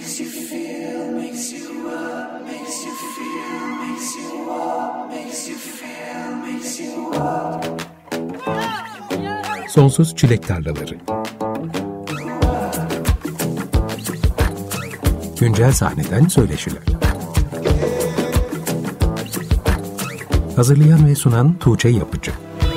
makes you feel, makes you up, makes you feel, makes you walk, makes you feel, makes you walk. Sonsuz Çilek Tarlaları. Güncel sahneden söyleşiler. Hazırlayan ve sunan Tuğçe Yapıcı.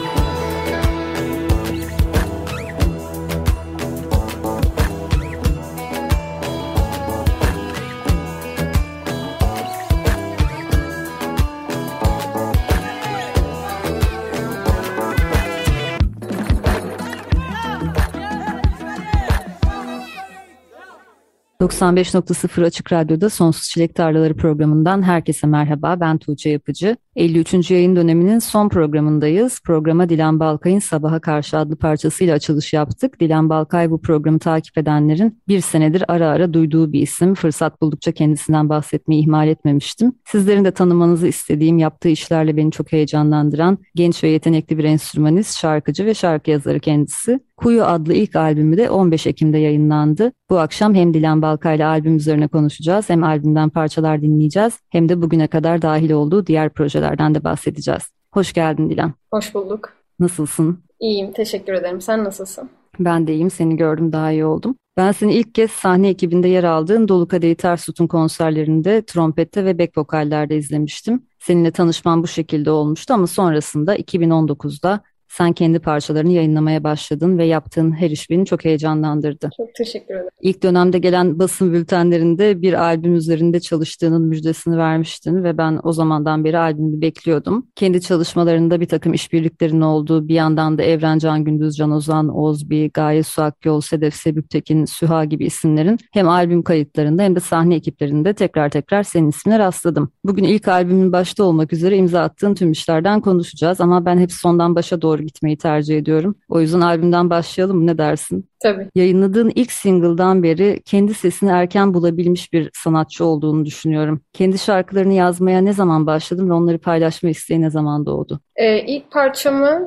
...95.0 Açık Radyo'da Sonsuz Çilek Tarlaları programından herkese merhaba. Ben Tuğçe Yapıcı. 53. yayın döneminin son programındayız. Programa Dilan Balkay'ın Sabaha Karşı adlı parçasıyla açılış yaptık. Dilan Balkay bu programı takip edenlerin bir senedir ara ara duyduğu bir isim. Fırsat buldukça kendisinden bahsetmeyi ihmal etmemiştim. Sizlerin de tanımanızı istediğim, yaptığı işlerle beni çok heyecanlandıran genç ve yetenekli bir enstrümanist, şarkıcı ve şarkı yazarı kendisi. Kuyu adlı ilk albümü de 15 Ekim'de yayınlandı. Bu akşam hem Dilan Balkay'la albüm üzerine konuşacağız, hem albümden parçalar dinleyeceğiz, hem de bugüne kadar dahil olduğu diğer projelerden de bahsedeceğiz. Hoş geldin Dilan. Hoş bulduk. Nasılsın? İyiyim, teşekkür ederim. Sen nasılsın? Ben de iyiyim, seni gördüm daha iyi oldum. Ben seni ilk kez sahne ekibinde yer aldığın Dolu Kadehi Ters Tutun konserlerinde trompette ve back vokallerde izlemiştim. Seninle tanışmam bu şekilde olmuştu ama sonrasında 2019'da sen kendi parçalarını yayınlamaya başladın ve yaptığın her iş beni çok heyecanlandırdı. Çok teşekkür ederim. İlk dönemde gelen basın bültenlerinde bir albüm üzerinde çalıştığının müjdesini vermiştin ve ben o zamandan beri albümü bekliyordum. Kendi çalışmalarında bir takım işbirliklerinin olduğu, bir yandan da Evren Can Gündüz, Can Ozan, Ozbi, Gaye Su Akyol, Sedef Sebüktekin, Süha gibi isimlerin hem albüm kayıtlarında hem de sahne ekiplerinde tekrar senin ismine rastladım. Bugün ilk albümün başta olmak üzere imza attığın tüm işlerden konuşacağız ama ben hep sondan başa doğru gitmeyi tercih ediyorum. O yüzden albümden başlayalım mı? Ne dersin? Tabii. Yayınladığın ilk single'dan beri kendi sesini erken bulabilmiş bir sanatçı olduğunu düşünüyorum. Kendi şarkılarını yazmaya ne zaman başladın ve onları paylaşma isteği ne zaman doğdu? İlk parçamı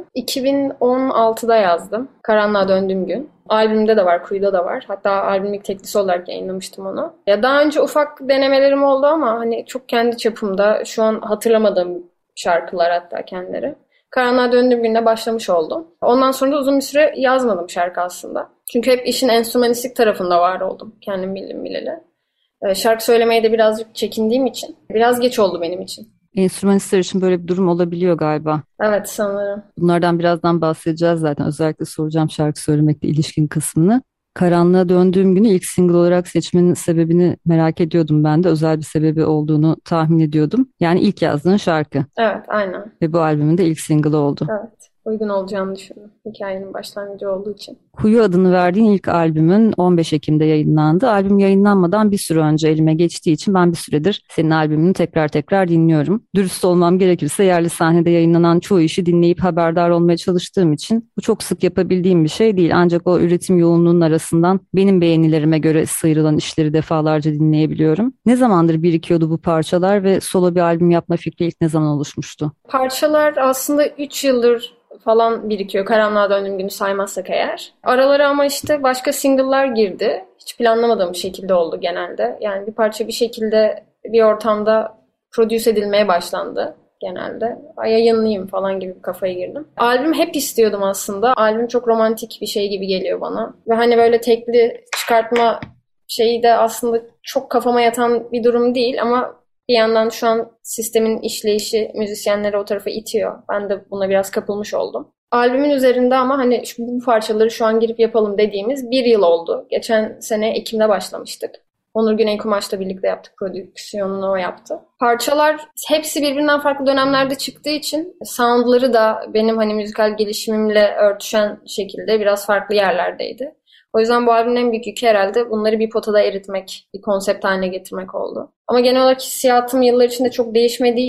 2016'da yazdım. Karanlığa Döndüğüm Gün. Albümde de var, Kuyu'da da var. Hatta albüm ilk teklisi olarak yayınlamıştım onu. Ya daha önce ufak denemelerim oldu ama hani çok kendi çapımda, şu an hatırlamadığım şarkılar hatta kendileri. Karanlığa Döndüğüm Gün'de başlamış oldum. Ondan sonra da uzun bir süre yazmadım şarkı aslında. Çünkü hep işin enstrümanistik tarafında var oldum. Kendim bildim bileli. Şarkı söylemeye de birazcık çekindiğim için biraz geç oldu benim için. Enstrümanistler için böyle bir durum olabiliyor galiba. Evet, sanırım. Bunlardan birazdan bahsedeceğiz zaten. Özellikle soracağım şarkı söylemekle ilişkin kısmını. Karanlığa Döndüğüm Günü ilk single olarak seçmenin sebebini merak ediyordum ben de. Özel bir sebebi olduğunu tahmin ediyordum. Yani ilk yazdığın şarkı. Evet, aynen. Ve bu albümün de ilk single'ı oldu. Evet, uygun olacağını düşündüm. Hikayenin başlangıcı olduğu için. Kuyu adını verdiğin ilk albümün 15 Ekim'de yayınlandı. Albüm yayınlanmadan bir süre önce elime geçtiği için ben bir süredir senin albümünü tekrar dinliyorum. Dürüst olmam gerekirse yerli sahnede yayınlanan çoğu işi dinleyip haberdar olmaya çalıştığım için bu çok sık yapabildiğim bir şey değil. Ancak o üretim yoğunluğunun arasından benim beğenilerime göre sıyrılan işleri defalarca dinleyebiliyorum. Ne zamandır birikiyordu bu parçalar ve solo bir albüm yapma fikri ilk ne zaman oluşmuştu? Parçalar aslında 3 yıldır falan birikiyor. Karanlığa Döndüğüm Günü saymazsak eğer. Aralara ama işte başka single'lar girdi. Hiç planlamadığım bir şekilde oldu genelde. Yani bir parça bir şekilde bir ortamda produce edilmeye başlandı genelde. Yayınlayayım falan gibi bir kafaya girdim. Albüm hep istiyordum aslında. Albüm çok romantik bir şey gibi geliyor bana. Ve hani böyle tekli çıkartma şeyi de aslında çok kafama yatan bir durum değil ama bir yandan şu an sistemin işleyişi müzisyenleri o tarafa itiyor. Ben de buna biraz kapılmış oldum. Albümün üzerinde ama hani bu parçaları şu an girip yapalım dediğimiz bir yıl oldu. Geçen sene Ekim'de başlamıştık. Onur Güney Kumaş'la birlikte yaptık. Prodüksiyonunu o yaptı. Parçalar hepsi birbirinden farklı dönemlerde çıktığı için soundları da benim hani müzikal gelişimimle örtüşen şekilde biraz farklı yerlerdeydi. O yüzden bu albümün en büyük yükü herhalde bunları bir potada eritmek, bir konsept haline getirmek oldu. Ama genel olarak hissiyatım yıllar içinde çok değişmediği için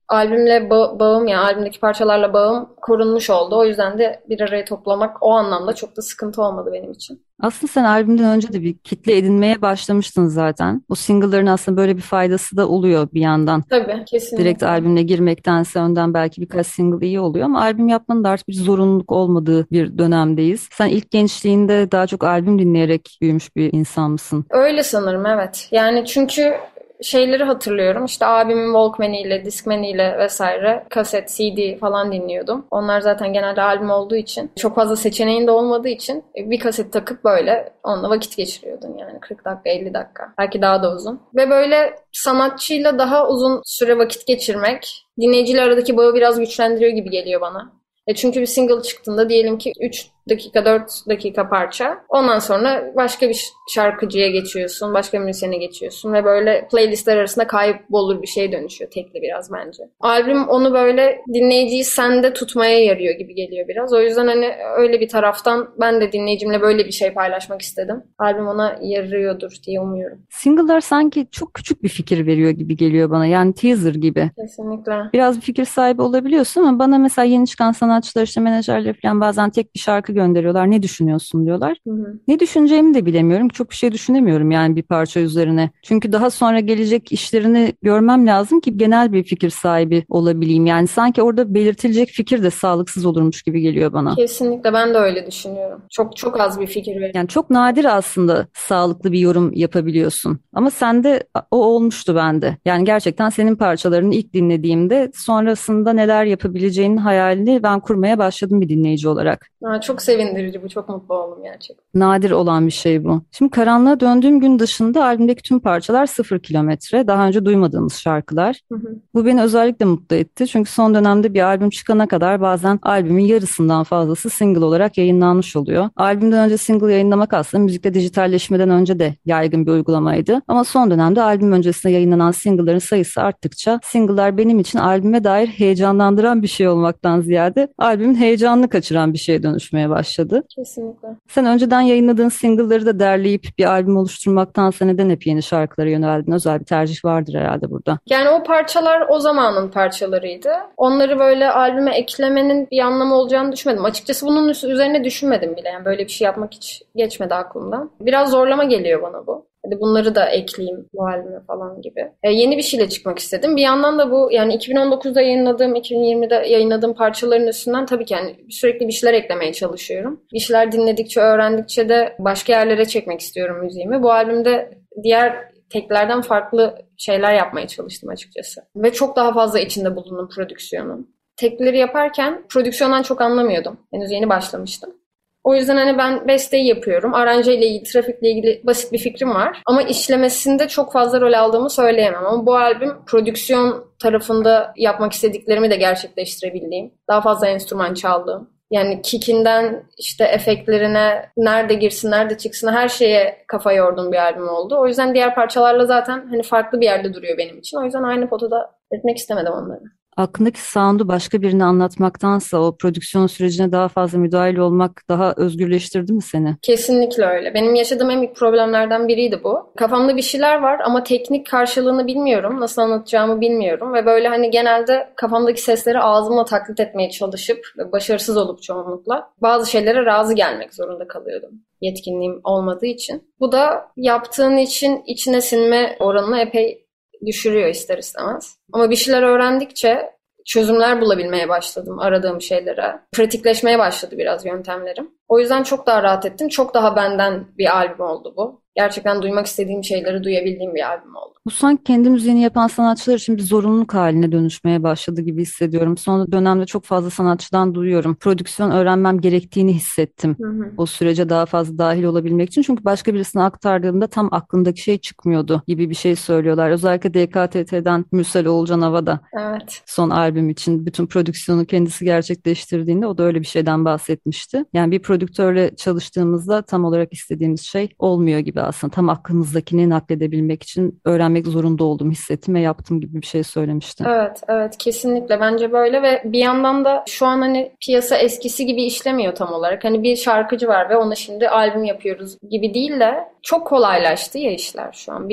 albümle bağım, yani albümdeki parçalarla bağım korunmuş oldu. O yüzden de bir araya toplamak o anlamda çok da sıkıntı olmadı benim için. Aslında sen albümden önce de bir kitle edinmeye başlamıştın zaten. O single'ların aslında böyle bir faydası da oluyor bir yandan. Tabii, kesinlikle. Direkt albümle girmektense önden belki birkaç single iyi oluyor ama albüm yapmanın da artık bir zorunluluk olmadığı bir dönemdeyiz. Sen ilk gençliğinde daha çok albüm dinleyerek büyümüş bir insan mısın? Öyle sanırım, evet. Yani çünkü şeyleri hatırlıyorum. İşte abimin Walkman'iyle, Discman'iyle vesaire kaset, CD falan dinliyordum. Onlar zaten genelde albüm olduğu için, çok fazla seçeneğin de olmadığı için bir kaset takıp böyle onunla vakit geçiriyordun yani 40 dakika, 50 dakika. Belki daha da uzun. Ve böyle sanatçıyla daha uzun süre vakit geçirmek dinleyiciyle aradaki bağı biraz güçlendiriyor gibi geliyor bana. Çünkü bir single çıktığında diyelim ki 3 dakika, 4 dakika parça. Ondan sonra başka bir şarkıcıya geçiyorsun, başka bir müzisyene geçiyorsun ve böyle playlistler arasında kaybolur bir şeye dönüşüyor tekli biraz bence. Albüm onu böyle dinleyiciyi sende tutmaya yarıyor gibi geliyor biraz. O yüzden hani öyle bir taraftan ben de dinleyicimle böyle bir şey paylaşmak istedim. Albüm ona yarıyordur diye umuyorum. Single'lar sanki çok küçük bir fikir veriyor gibi geliyor bana. Yani teaser gibi. Kesinlikle. Biraz bir fikir sahibi olabiliyorsun ama bana mesela yeni çıkan sanatçılar, işte menajerleri falan bazen tek bir şarkı gönderiyorlar. Ne düşünüyorsun diyorlar. Hı. Ne düşüneceğimi de bilemiyorum. Çok bir şey düşünemiyorum yani bir parça üzerine. Çünkü daha sonra gelecek işlerini görmem lazım ki genel bir fikir sahibi olabileyim. Yani sanki orada belirtilecek fikir de sağlıksız olurmuş gibi geliyor bana. Kesinlikle, ben de öyle düşünüyorum. Çok çok az bir fikir veriyor. Yani çok nadir aslında sağlıklı bir yorum yapabiliyorsun. Ama sende o olmuştu bende. Yani gerçekten senin parçalarını ilk dinlediğimde sonrasında neler yapabileceğinin hayalini ben kurmaya başladım bir dinleyici olarak. Çok sevindirici bu. Çok mutlu oldum gerçekten. Nadir olan bir şey bu. Şimdi Karanlığa Döndüğüm Gün dışında albümdeki tüm parçalar 0 kilometre. Daha önce duymadığımız şarkılar. Hı hı. Bu beni özellikle mutlu etti. Çünkü son dönemde bir albüm çıkana kadar bazen albümün yarısından fazlası single olarak yayınlanmış oluyor. Albümden önce single yayınlamak aslında müzikte dijitalleşmeden önce de yaygın bir uygulamaydı. Ama son dönemde albüm öncesinde yayınlanan single'ların sayısı arttıkça single'lar benim için albüme dair heyecanlandıran bir şey olmaktan ziyade albümün heyecanını kaçıran bir şeye dönüşmeye başladı. Kesinlikle. Sen önceden yayınladığın single'ları da derleyip bir albüm oluşturmaktansa neden hep yeni şarkılara yöneldin? Özel bir tercih vardır herhalde burada. Yani o parçalar o zamanın parçalarıydı. Onları böyle albüme eklemenin bir anlamı olacağını düşünmedim. Açıkçası bunun üzerine düşünmedim bile. Yani böyle bir şey yapmak hiç geçmedi aklımdan. Biraz zorlama geliyor bana bu. Hadi bunları da ekleyeyim bu albüme falan gibi. Yeni bir şeyle çıkmak istedim. Bir yandan da bu yani 2019'da yayınladığım, 2020'de yayınladığım parçaların üstünden tabii ki yani sürekli bir şeyler eklemeye çalışıyorum. Bir şeyler dinledikçe, öğrendikçe de başka yerlere çekmek istiyorum müziğimi. Bu albümde diğer teklerden farklı şeyler yapmaya çalıştım açıkçası. Ve çok daha fazla içinde bulundum prodüksiyonun. Tekleri yaparken prodüksiyondan çok anlamıyordum. Henüz yeni başlamıştım. O yüzden hani ben besteyi yapıyorum. Aranjeyle ilgili, trafikle ilgili basit bir fikrim var. Ama işlemesinde çok fazla rol aldığımı söyleyemem. Ama bu albüm prodüksiyon tarafında yapmak istediklerimi de gerçekleştirebildiğim, daha fazla enstrüman çaldığım. Yani kick'inden işte efektlerine, nerede girsin, nerede çıksın her şeye kafa yorduğum bir albüm oldu. O yüzden diğer parçalarla zaten hani farklı bir yerde duruyor benim için. O yüzden aynı potada etmek istemedim onları. Aklındaki sound'u başka birine anlatmaktansa o prodüksiyon sürecine daha fazla müdahil olmak daha özgürleştirdi mi seni? Kesinlikle öyle. Benim yaşadığım en büyük problemlerden biriydi bu. Kafamda bir şeyler var ama teknik karşılığını bilmiyorum. Nasıl anlatacağımı bilmiyorum. Ve böyle hani genelde kafamdaki sesleri ağzımla taklit etmeye çalışıp ve başarısız olup çoğunlukla bazı şeylere razı gelmek zorunda kalıyordum. Yetkinliğim olmadığı için. Bu da yaptığın için içine sinme oranını epey düşürüyor ister istemez. Ama bir şeyler öğrendikçe çözümler bulabilmeye başladım aradığım şeylere. Pratikleşmeye başladı biraz yöntemlerim. O yüzden çok daha rahat ettim. Çok daha benden bir albüm oldu bu. Gerçekten duymak istediğim şeyleri duyabildiğim bir albüm oldu. Bu sanki kendi müziğini yapan sanatçılar için bir zorunluluk haline dönüşmeye başladı gibi hissediyorum. Son dönemde çok fazla sanatçıdan duyuyorum. Prodüksiyon öğrenmem gerektiğini hissettim. O sürece daha fazla dahil olabilmek için. Çünkü başka birisine aktardığımda tam aklımdaki şey çıkmıyordu gibi bir şey söylüyorlar. Özellikle DKTT'den Mürsel Oğulcan Havada Evet. son albüm için bütün prodüksiyonu kendisi gerçekleştirdiğinde o da öyle bir şeyden bahsetmişti. Yani bir prodüktörle çalıştığımızda tam olarak istediğimiz şey olmuyor gibi aslında. Tam aklımızdakini nakledebilmek için öğrenmek zorunda olduğumu hissettim ve yaptım gibi bir şey söylemişti. Evet, kesinlikle bence böyle ve bir yandan da şu an hani piyasa eskisi gibi işlemiyor tam olarak. Hani bir şarkıcı var ve ona şimdi albüm yapıyoruz gibi değil de çok kolaylaştı ya işler şu an. Bir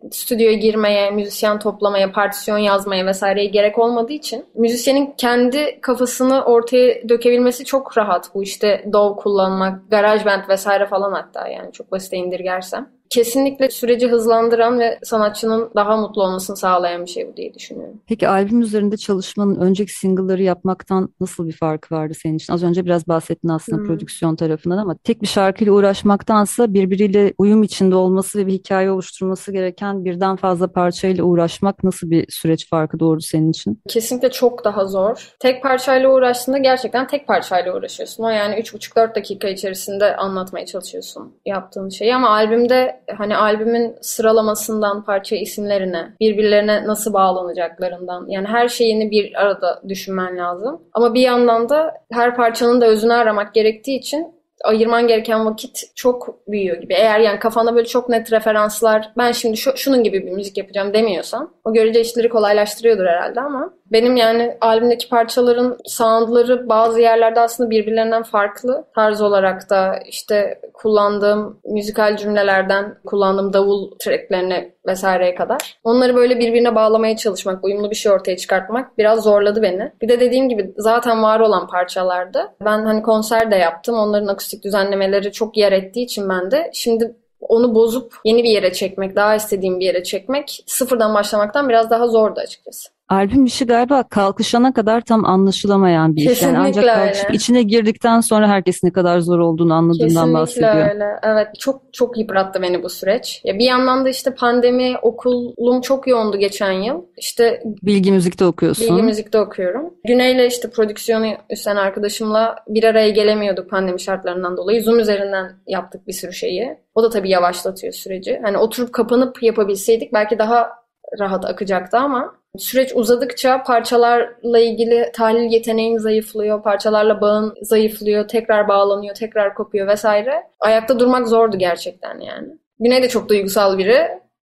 stüdyoya girmeye, müzisyen toplamaya, partisyon yazmaya vesaireye gerek olmadığı için müzisyenin kendi kafasını ortaya dökebilmesi çok rahat. Bu işte DAW kullanmak, GarageBand vesaire falan, hatta yani çok basite indirgersem. Kesinlikle süreci hızlandıran ve sanatçının daha mutlu olmasını sağlayan bir şey bu diye düşünüyorum. Peki albüm üzerinde çalışmanın önceki single'ları yapmaktan nasıl bir farkı vardı senin için? Az önce biraz bahsettin aslında prodüksiyon tarafından, ama tek bir şarkıyla uğraşmaktansa birbiriyle uyum içinde olması ve bir hikaye oluşturması gereken birden fazla parçayla uğraşmak nasıl bir süreç farkı doğurdu senin için? Kesinlikle çok daha zor. Tek parçayla uğraştığında gerçekten tek parçayla uğraşıyorsun. O yani 3,5-4 dakika içerisinde anlatmaya çalışıyorsun yaptığın şeyi, ama albümde hani albümün sıralamasından parça isimlerine, birbirlerine nasıl bağlanacaklarından, yani her şeyini bir arada düşünmen lazım. Ama bir yandan da her parçanın da özünü aramak gerektiği için ayırman gereken vakit çok büyüyor gibi. Eğer yani kafanda böyle çok net referanslar, ben şimdi şunun gibi bir müzik yapacağım demiyorsan, o görece işleri kolaylaştırıyordur herhalde, ama benim yani albümdeki parçaların soundları bazı yerlerde aslında birbirlerinden farklı. Tarz olarak da işte kullandığım müzikal cümlelerden kullandığım davul tracklerine vesaireye kadar. Onları böyle birbirine bağlamaya çalışmak, uyumlu bir şey ortaya çıkartmak biraz zorladı beni. Bir de dediğim gibi zaten var olan parçalardı. Ben hani konser de yaptım. Onların akustik düzenlemeleri çok yer ettiği için ben de şimdi onu bozup yeni bir yere çekmek, daha istediğim bir yere çekmek, sıfırdan başlamaktan biraz daha zordu açıkçası. Albüm işi galiba kalkışana kadar tam anlaşılamayan bir iş. Kesinlikle Yani ancak kalkışıp öyle. içine girdikten sonra herkesin ne kadar zor olduğunu anladığından Kesinlikle bahsediyor. öyle. Evet, çok çok yıprattı beni bu süreç. Ya bir yandan da işte pandemi, okulum çok yoğundu geçen yıl. İşte Bilgi müzikte okuyorsun. bilgi müzikte okuyorum. Güney'le işte prodüksiyonu üstlenen arkadaşımla bir araya gelemiyorduk pandemi şartlarından dolayı. Zoom üzerinden yaptık bir sürü şeyi. O da tabii yavaşlatıyor süreci. Hani oturup kapanıp yapabilseydik belki daha rahat akacaktı, ama süreç uzadıkça parçalarla ilgili tahlil yeteneğin zayıflıyor, parçalarla bağın zayıflıyor, tekrar bağlanıyor, tekrar kopuyor vesaire. Ayakta durmak zordu gerçekten yani. Güney de çok duygusal biri.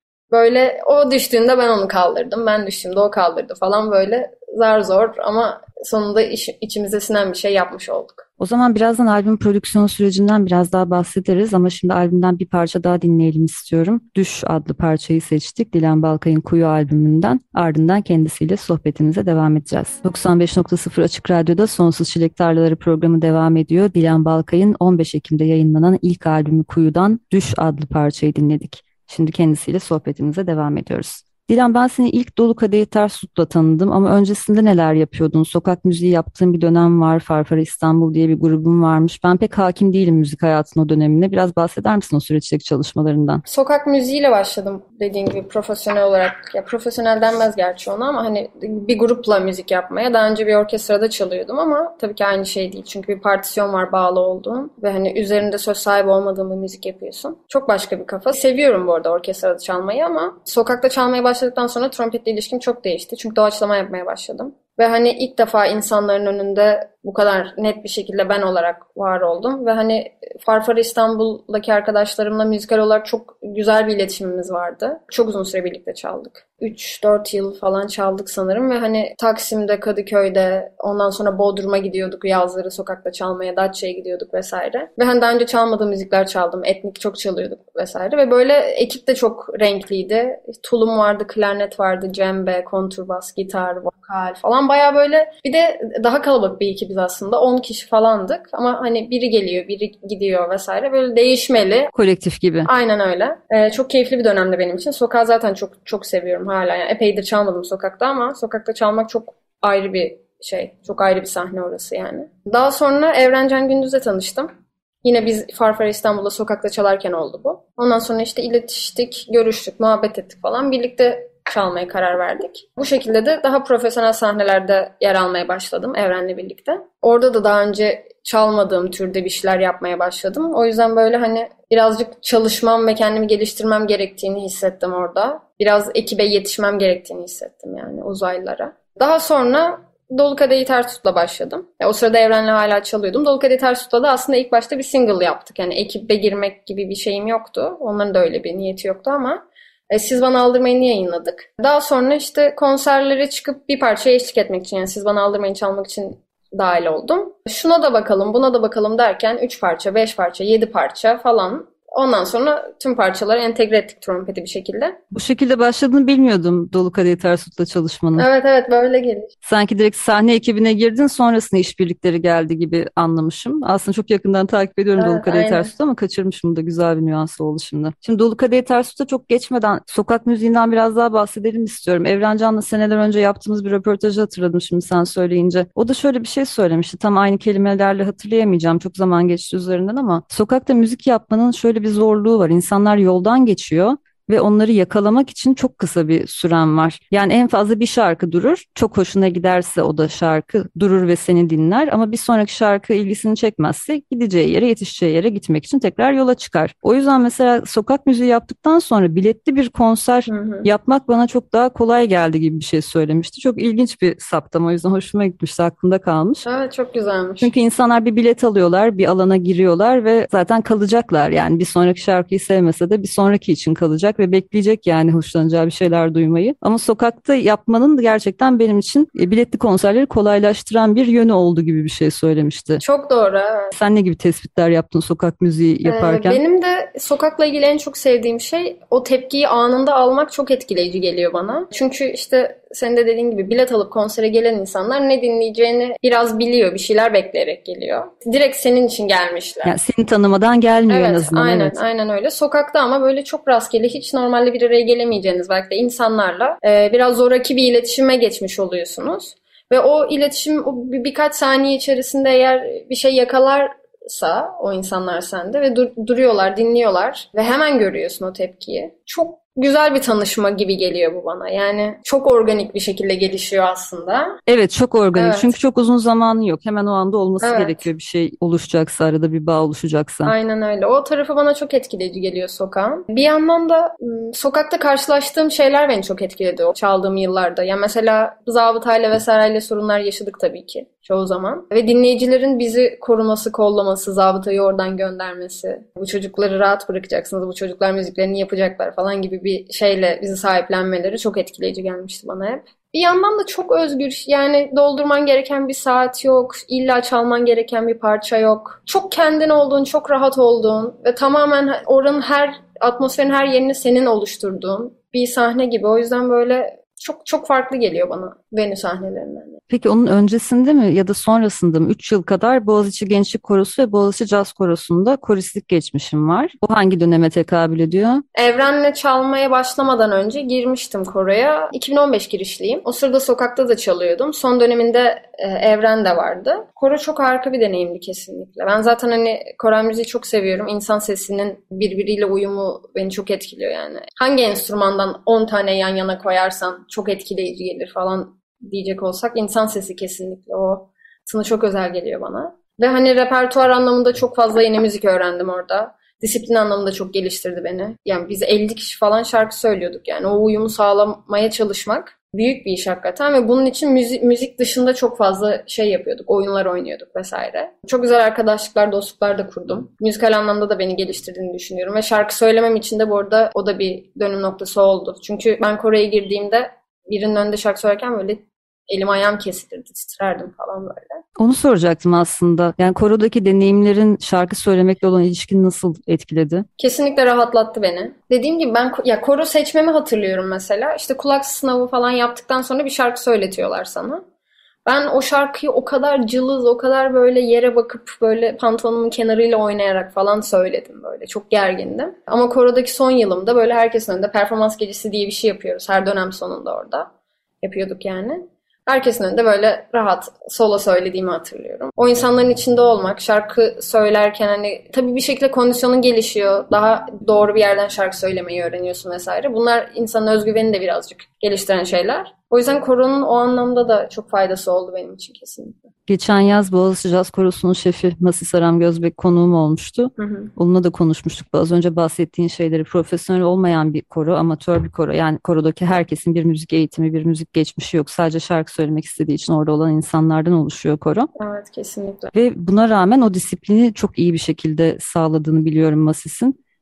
Böyle o düştüğünde ben onu kaldırdım, ben düştüğümde o kaldırdı falan, böyle zar zor, ama sonunda içimize sinen bir şey yapmış olduk. O zaman birazdan albüm prodüksiyon sürecinden biraz daha bahsederiz, ama şimdi albümden bir parça daha dinleyelim istiyorum. Düş adlı parçayı seçtik Dilan Balkay'ın Kuyu albümünden. Ardından kendisiyle sohbetimize devam edeceğiz. 95.0 Açık Radyo'da Sonsuz Çilek Tarlaları programı devam ediyor. Dilan Balkay'ın 15 Ekim'de yayınlanan ilk albümü Kuyu'dan Düş adlı parçayı dinledik. Şimdi kendisiyle sohbetimize devam ediyoruz. Dilan, ben seni ilk Dolu Kadehi Ters Tut'la tanıdım, ama öncesinde neler yapıyordun? Sokak müziği yaptığın bir dönem var, Farfara İstanbul diye bir grubun varmış. Ben pek hakim değilim müzik hayatının o dönemine. Biraz bahseder misin o süreçteki çalışmalarından? Sokak müziğiyle başladım dediğin gibi profesyonel olarak. Ya profesyonel denmez gerçi ona, ama hani bir grupla müzik yapmaya. Daha önce bir orkestrada çalıyordum, ama tabii ki aynı şey değil. Çünkü bir partisyon var bağlı olduğun ve hani üzerinde söz sahibi olmadığın bir müzik yapıyorsun. Çok başka bir kafa. Seviyorum bu arada orkestrada çalmayı, ama sokakta çalmaya başladıktan sonra trompetle ilişkim çok değişti. Çünkü doğaçlama yapmaya başladım. Ve hani ilk defa insanların önünde bu kadar net bir şekilde ben olarak var oldum. Ve hani Farfara İstanbul'daki arkadaşlarımla müzikal olarak çok güzel bir iletişimimiz vardı. Çok uzun süre birlikte çaldık. 3-4 yıl falan çaldık sanırım ve hani Taksim'de, Kadıköy'de, ondan sonra Bodrum'a gidiyorduk yazları sokakta çalmaya, Datça'ya gidiyorduk vesaire. Ve hani daha önce çalmadığım müzikler çaldım, etnik çok çalıyorduk vesaire ve böyle ekip de çok renkliydi. Tulum vardı, klarnet vardı, cembe, konturbas, gitar, vokal falan, bayağı böyle, bir de daha kalabalık bir ekibiz aslında, 10 kişi falandık ama hani biri geliyor, biri gidiyor vesaire, böyle değişmeli. Kolektif gibi. Aynen öyle. Çok keyifli bir dönemde benim için. Sokağı zaten çok çok seviyorum hala. Yani epeydir çalmadım sokakta, ama sokakta çalmak çok ayrı bir şey. Çok ayrı bir sahne orası yani. Daha sonra Evrencan Gündüz'le tanıştım. Yine biz Farfara İstanbul'da sokakta çalarken oldu bu. Ondan sonra işte iletiştik, görüştük, muhabbet ettik falan. Birlikte çalmaya karar verdik. Bu şekilde de daha profesyonel sahnelerde yer almaya başladım Evren'le birlikte. Orada da daha önce çalmadığım türde bir şeyler yapmaya başladım. O yüzden böyle hani birazcık çalışmam ve kendimi geliştirmem gerektiğini hissettim orada. Biraz ekibe yetişmem gerektiğini hissettim yani, uzaylılara. Daha sonra Dolu Kadehi Ters Tut'la başladım. O sırada Evren'le hala çalıyordum. Dolu Kadehi Ters Tut'la da aslında ilk başta bir single yaptık. Yani ekibe girmek gibi bir şeyim yoktu. Onların da öyle bir niyeti yoktu ama Siz Bana Aldırmayın'ı yayınladık. Daha sonra işte konserlere çıkıp bir parçaya eşlik etmek için, yani Siz Bana Aldırmayın çalmak için dahil oldum. Şuna da bakalım, buna da bakalım derken 3 parça, 5 parça, 7 parça falan Ondan sonra tüm parçaları entegre ettik trompeti bir şekilde. Bu şekilde başladığını bilmiyordum Dolu Kadehi Ters Tut'la çalışmanın. Evet böyle gelir. Sanki direkt sahne ekibine girdin, sonrasında işbirlikleri geldi gibi anlamışım. Aslında çok yakından takip ediyorum Dolu Evet, Kadehi aynen. Ters Tut ama kaçırmışım da, güzel bir nüans oldu şimdi. Şimdi Dolu Kadehi Ters Tut'a çok geçmeden sokak müziğinden biraz daha bahsedelim istiyorum. Evren Can'la seneler önce yaptığımız bir röportajı hatırladım şimdi sen söyleyince. O da şöyle bir şey söylemişti. Tam aynı kelimelerle hatırlayamayacağım. Çok zaman geçti üzerinden ama sokakta müzik yapmanın şöyle bir zorluğu var. İnsanlar yoldan geçiyor ve onları yakalamak için çok kısa bir süren var. Yani en fazla bir şarkı durur. Çok hoşuna giderse o da şarkı durur ve seni dinler. Ama bir sonraki şarkı ilgisini çekmezse gideceği yere, yetişeceği yere gitmek için tekrar yola çıkar. O yüzden mesela sokak müziği yaptıktan sonra biletli bir konser yapmak bana çok daha kolay geldi gibi bir şey söylemişti. Çok ilginç bir saptama. O yüzden hoşuma gitmişti, aklımda kalmış. Evet, çok güzelmiş. Çünkü insanlar bir bilet alıyorlar, bir alana giriyorlar ve zaten kalacaklar. Yani bir sonraki şarkıyı sevmese de bir sonraki için kalacak ve bekleyecek yani hoşlanacağı bir şeyler duymayı. Ama sokakta yapmanın da gerçekten benim için biletli konserleri kolaylaştıran bir yönü oldu gibi bir şey söylemişti. Çok doğru, evet. Sen ne gibi tespitler yaptın sokak müziği yaparken? Benim de sokakla ilgili en çok sevdiğim şey o tepkiyi anında almak çok etkileyici geliyor bana. Çünkü işte senin de dediğin gibi bilet alıp konsere gelen insanlar ne dinleyeceğini biraz biliyor. Bir şeyler bekleyerek geliyor. Direkt senin için gelmişler. Yani seni tanımadan gelmiyor en azından. Aynen öyle. Sokakta ama böyle çok rastgele, hiç normalde bir araya gelemeyeceğiniz belki de insanlarla biraz zoraki bir iletişime geçmiş oluyorsunuz. Ve o iletişim birkaç saniye içerisinde eğer bir şey yakalarsa o insanlar sende ve duruyorlar, dinliyorlar ve hemen görüyorsun o tepkiyi. Çok güzel bir tanışma gibi geliyor bu bana. Yani çok organik bir şekilde gelişiyor aslında. Evet, çok organik. Evet. Çünkü çok uzun zamanı yok. Hemen o anda olması gerekiyor, bir şey oluşacaksa, arada bir bağ oluşacaksa. Aynen öyle. O tarafı bana çok etkileyici geliyor sokağın. Bir yandan da sokakta karşılaştığım şeyler beni çok etkiledi o çaldığım yıllarda. Yani mesela zabıtayla vesaireyle sorunlar yaşadık tabii ki çoğu zaman. Ve dinleyicilerin bizi koruması, kollaması, zabıtayı oradan göndermesi, bu çocukları rahat bırakacaksınız, bu çocuklar müziklerini yapacaklar falan gibi bir şeyle bizi sahiplenmeleri çok etkileyici gelmişti bana hep. Bir yandan da çok özgür, yani doldurman gereken bir saat yok, illa çalman gereken bir parça yok. Çok kendin olduğun, çok rahat olduğun ve tamamen oranın atmosferin her yerini senin oluşturduğun bir sahne gibi. O yüzden böyle çok çok farklı geliyor bana Venü sahnelerinden. Peki onun öncesinde mi ya da sonrasında mı? 3 yıl kadar Boğaziçi Gençlik Korosu ve Boğaziçi Caz Korosu'nda koristlik geçmişim var. O hangi döneme tekabül ediyor? Evren'le çalmaya başlamadan önce girmiştim koroya. 2015 girişliyim. O sırada sokakta da çalıyordum. Son döneminde Evren de vardı. Koro çok harika bir deneyimdi kesinlikle. Ben zaten hani koral müziği çok seviyorum. İnsan sesinin birbiriyle uyumu beni çok etkiliyor yani. Hangi enstrümandan 10 tane yan yana koyarsan çok etkileyici gelir falan diyecek olsak insan sesi kesinlikle, o tını çok özel geliyor bana. Ve hani repertuar anlamında çok fazla yeni müzik öğrendim orada. Disiplin anlamında çok geliştirdi beni. Yani biz 50 kişi falan şarkı söylüyorduk yani. O uyumu sağlamaya çalışmak büyük bir iş hakikaten ve bunun için müzik dışında çok fazla şey yapıyorduk. Oyunlar oynuyorduk vesaire. Çok güzel arkadaşlıklar, dostluklar da kurdum. Müzikal anlamda da beni geliştirdiğini düşünüyorum ve şarkı söylemem için de bu arada o da bir dönüm noktası oldu. Çünkü ben koroya girdiğimde birinin önünde şarkı söylerken böyle elim ayağım kesilirdi, titrerdim falan böyle. Onu soracaktım aslında. Yani korodaki deneyimlerin şarkı söylemekle olan ilişkin nasıl etkiledi? Kesinlikle rahatlattı beni. Dediğim gibi ben koro seçmemi hatırlıyorum mesela. İşte kulak sınavı falan yaptıktan sonra bir şarkı söyletiyorlar sana. Ben o şarkıyı o kadar cılız, o kadar böyle yere bakıp böyle pantolonumun kenarıyla oynayarak falan söyledim böyle. Çok gergindim. Ama korodaki son yılımda böyle herkesin önünde performans gecesi diye bir şey yapıyoruz. Her dönem sonunda orada yapıyorduk yani. Herkesin önünde böyle rahat solo söylediğimi hatırlıyorum. O insanların içinde olmak, şarkı söylerken hani tabii bir şekilde kondisyonun gelişiyor. Daha doğru bir yerden şarkı söylemeyi öğreniyorsun vesaire. Bunlar insanın özgüvenini de birazcık geliştiren şeyler. O yüzden koronun o anlamda da çok faydası oldu benim için kesinlikle. Geçen yaz Boğaziçi Caz Korosu'nun şefi Masis Aram Gözbek konuğum olmuştu. Onunla da konuşmuştuk. Az önce bahsettiğin şeyleri, profesyonel olmayan bir koro, amatör bir koro. Yani korodaki herkesin bir müzik eğitimi, bir müzik geçmişi yok. Sadece şarkı söylemek istediği için orada olan insanlardan oluşuyor koro. Evet, kesinlikle. Ve buna rağmen o disiplini çok iyi bir şekilde sağladığını biliyorum Masis'in.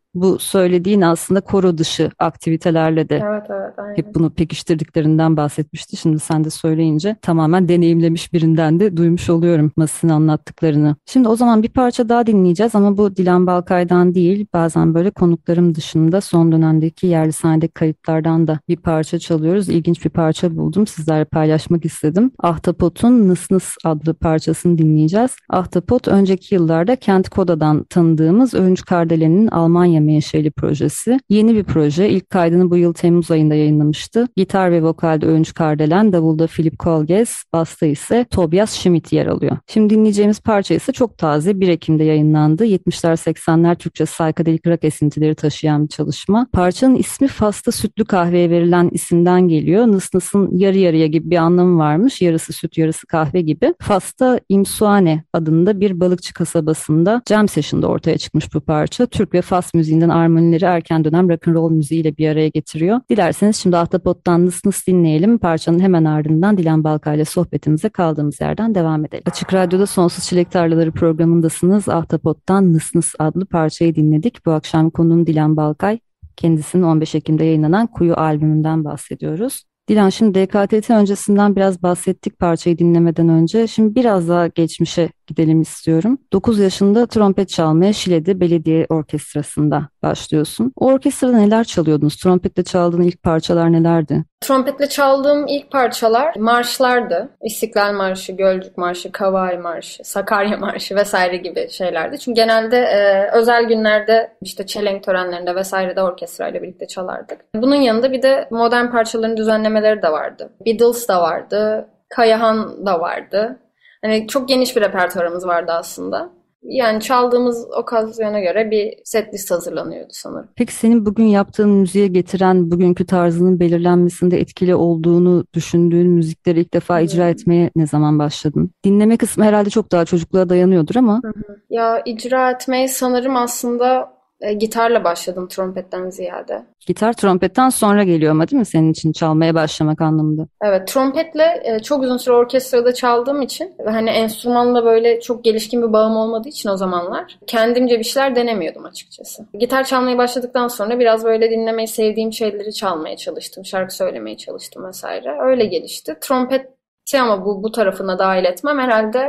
Bu söylediğin aslında koro dışı aktivitelerle de Evet, evet, aynen. hep bunu pekiştirdiklerinden bahsetmişti. Şimdi sen de söyleyince tamamen deneyimlemiş birinden de duymuş oluyorum Mas'ın anlattıklarını. Şimdi o zaman bir parça daha dinleyeceğiz ama bu Dilan Balkay'dan değil, bazen böyle konuklarım dışında son dönemdeki yerli sahnedeki kayıtlardan da bir parça çalıyoruz. İlginç bir parça buldum, sizlerle paylaşmak istedim. Ahtapot'un Nıs Nıs adlı parçasını dinleyeceğiz. Ahtapot önceki yıllarda Kent Koda'dan tanıdığımız Övünç Kardelen'in Almanya menşeli projesi. Yeni bir proje. İlk kaydını bu yıl Temmuz ayında yayınlamıştı. Gitar ve vokalde Övünç Kardelen, davulda Philip Kolges, basta ise Tobias Schmidt yer alıyor. Şimdi dinleyeceğimiz parça ise çok taze. 1 Ekim'de yayınlandı. 70'ler 80'ler Türkçe psychedelic rock esintileri taşıyan bir çalışma. Parçanın ismi Fas'ta sütlü kahveye verilen isimden geliyor. Nıs Nıs'ın yarı yarıya gibi bir anlamı varmış. Yarısı süt, yarısı kahve gibi. Fas'ta İmsuane adında bir balıkçı kasabasında jam session'da ortaya çıkmış bu parça. Türk ve Fas müziğinden armonileri erken dönem rock'n'roll müziğiyle bir araya getiriyor. Dilerseniz şimdi Ahtapot'tan Nıs Nıs dinleyelim. Parçanın hemen ardından Dilan Balkay ile sohbetimize kaldığımız yerden devam edelim. Açık Radyo'da Sonsuz Çilek Tarlaları programındasınız. Ahtapot'tan Nıs Nıs adlı parçayı dinledik. Bu akşam konuğum Dilan Balkay. Kendisinin 15 Ekim'de yayınlanan Kuyu albümünden bahsediyoruz. Dilan, şimdi DKTT öncesinden biraz bahsettik parçayı dinlemeden önce. Şimdi biraz daha geçmişe gidelim istiyorum. 9 yaşında trompet çalmaya Şile'de belediye orkestrasında başlıyorsun. O orkestrada neler çalıyordunuz? Trompetle çaldığın ilk parçalar nelerdi? Trompetle çaldığım ilk parçalar marşlardı. İstiklal Marşı, Gölcük Marşı, Kavayi Marşı, Sakarya Marşı vesaire gibi şeylerdi. Çünkü genelde özel günlerde işte çelenk törenlerinde vesairede orkestrayla birlikte çalardık. Bunun yanında bir de modern parçaların düzenlemeleri de vardı. Beatles da vardı, Kayahan da vardı. Hani çok geniş bir repertuarımız vardı aslında. Yani çaldığımız okazyona göre bir setlist hazırlanıyordu sanırım. Peki senin bugün yaptığın müziğe getiren, bugünkü tarzının belirlenmesinde etkili olduğunu düşündüğün müzikleri ilk defa icra etmeye ne zaman başladın? Dinleme kısmı herhalde çok daha çocukluğa dayanıyordur ama. Ya icra etmeyi sanırım aslında gitarla başladım trompetten ziyade. Gitar trompetten sonra geliyor ama değil mi senin için çalmaya başlamak anlamında? Evet, trompetle çok uzun süre orkestrada çaldığım için ve hani enstrümanla böyle çok gelişkin bir bağım olmadığı için o zamanlar kendimce bir şeyler denemiyordum açıkçası. Gitar çalmaya başladıktan sonra biraz böyle dinlemeyi sevdiğim şeyleri çalmaya çalıştım, şarkı söylemeye çalıştım vesaire. Öyle gelişti. Trompeti ama bu tarafına dahil etmem herhalde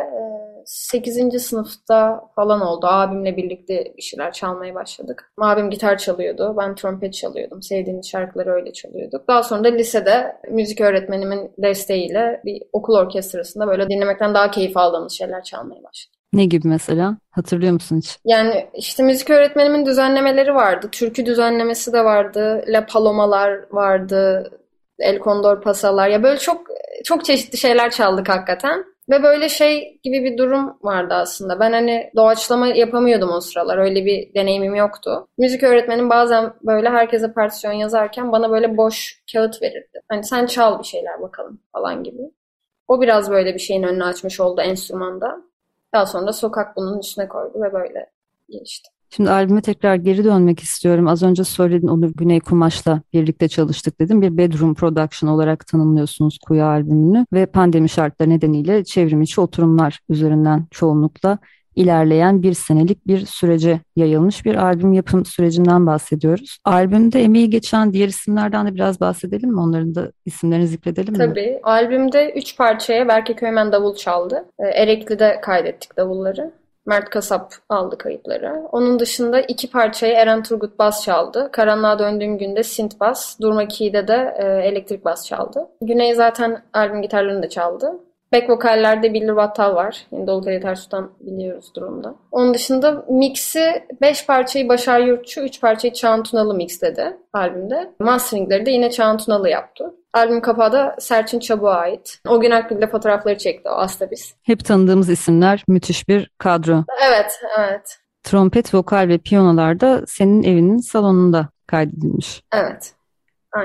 8. sınıfta falan oldu. Abimle birlikte bir şeyler çalmaya başladık. Abim gitar çalıyordu. Ben trompet çalıyordum. Sevdiğimiz şarkıları öyle çalıyorduk. Daha sonra da lisede müzik öğretmenimin desteğiyle bir okul orkestrasında böyle dinlemekten daha keyif aldığımız şeyler çalmaya başladık. Ne gibi mesela? Hatırlıyor musun hiç? Yani işte müzik öğretmenimin düzenlemeleri vardı. Türkü düzenlemesi de vardı. La Palomalar vardı. El Condor Pasalar. Ya böyle çok çok çeşitli şeyler çaldık hakikaten. Ve böyle şey gibi bir durum vardı aslında. Ben hani doğaçlama yapamıyordum o sıralar. Öyle bir deneyimim yoktu. Müzik öğretmenim bazen böyle herkese partisyon yazarken bana böyle boş kağıt verirdi. Hani sen çal bir şeyler bakalım falan gibi. O biraz böyle bir şeyin önünü açmış oldu enstrümanda. Daha sonra da sokak bunun üstüne koydu ve böyle gelişti. Şimdi albüme tekrar geri dönmek istiyorum. Az önce söyledin, Onur Güney Kumaş'la birlikte çalıştık dedim. Bir bedroom production olarak tanımlıyorsunuz Kuyu albümünü ve pandemi şartları nedeniyle çevrim içi oturumlar üzerinden çoğunlukla ilerleyen 1 senelik bir sürece yayılmış bir albüm yapım sürecinden bahsediyoruz. Albümde emeği geçen diğer isimlerden de biraz bahsedelim mi? Onların da isimlerini zikredelim mi? Tabii. Albümde 3 parçaya Berke Köymen davul çaldı. Erekli'de kaydettik davulları. Mert Kasap aldı kayıtları. Onun dışında 2 parçayı Eren Turgut bas çaldı. Karanlığa Döndüğüm Günde synth bas, Durma Key'de de elektrik bas çaldı. Güney zaten albüm gitarlarını da çaldı. Back vokallerde Billy Vattal var. Yani Dolu Yetersu'dan biliyoruz durumda. Onun dışında mix'i 5 parçayı Başar Yurtçu, 3 parçayı Çağan Tunalı mixledi albümde. Masteringleri de yine Çağan Tunalı yaptı. Albüm kapağı da Serçin Çabuk'a ait. O gün Akbil'de fotoğrafları çekti o aslında biz. Hep tanıdığımız isimler, müthiş bir kadro. Evet, evet. Trompet, vokal ve piyanolar da senin evinin salonunda kaydedilmiş. Evet, aynen.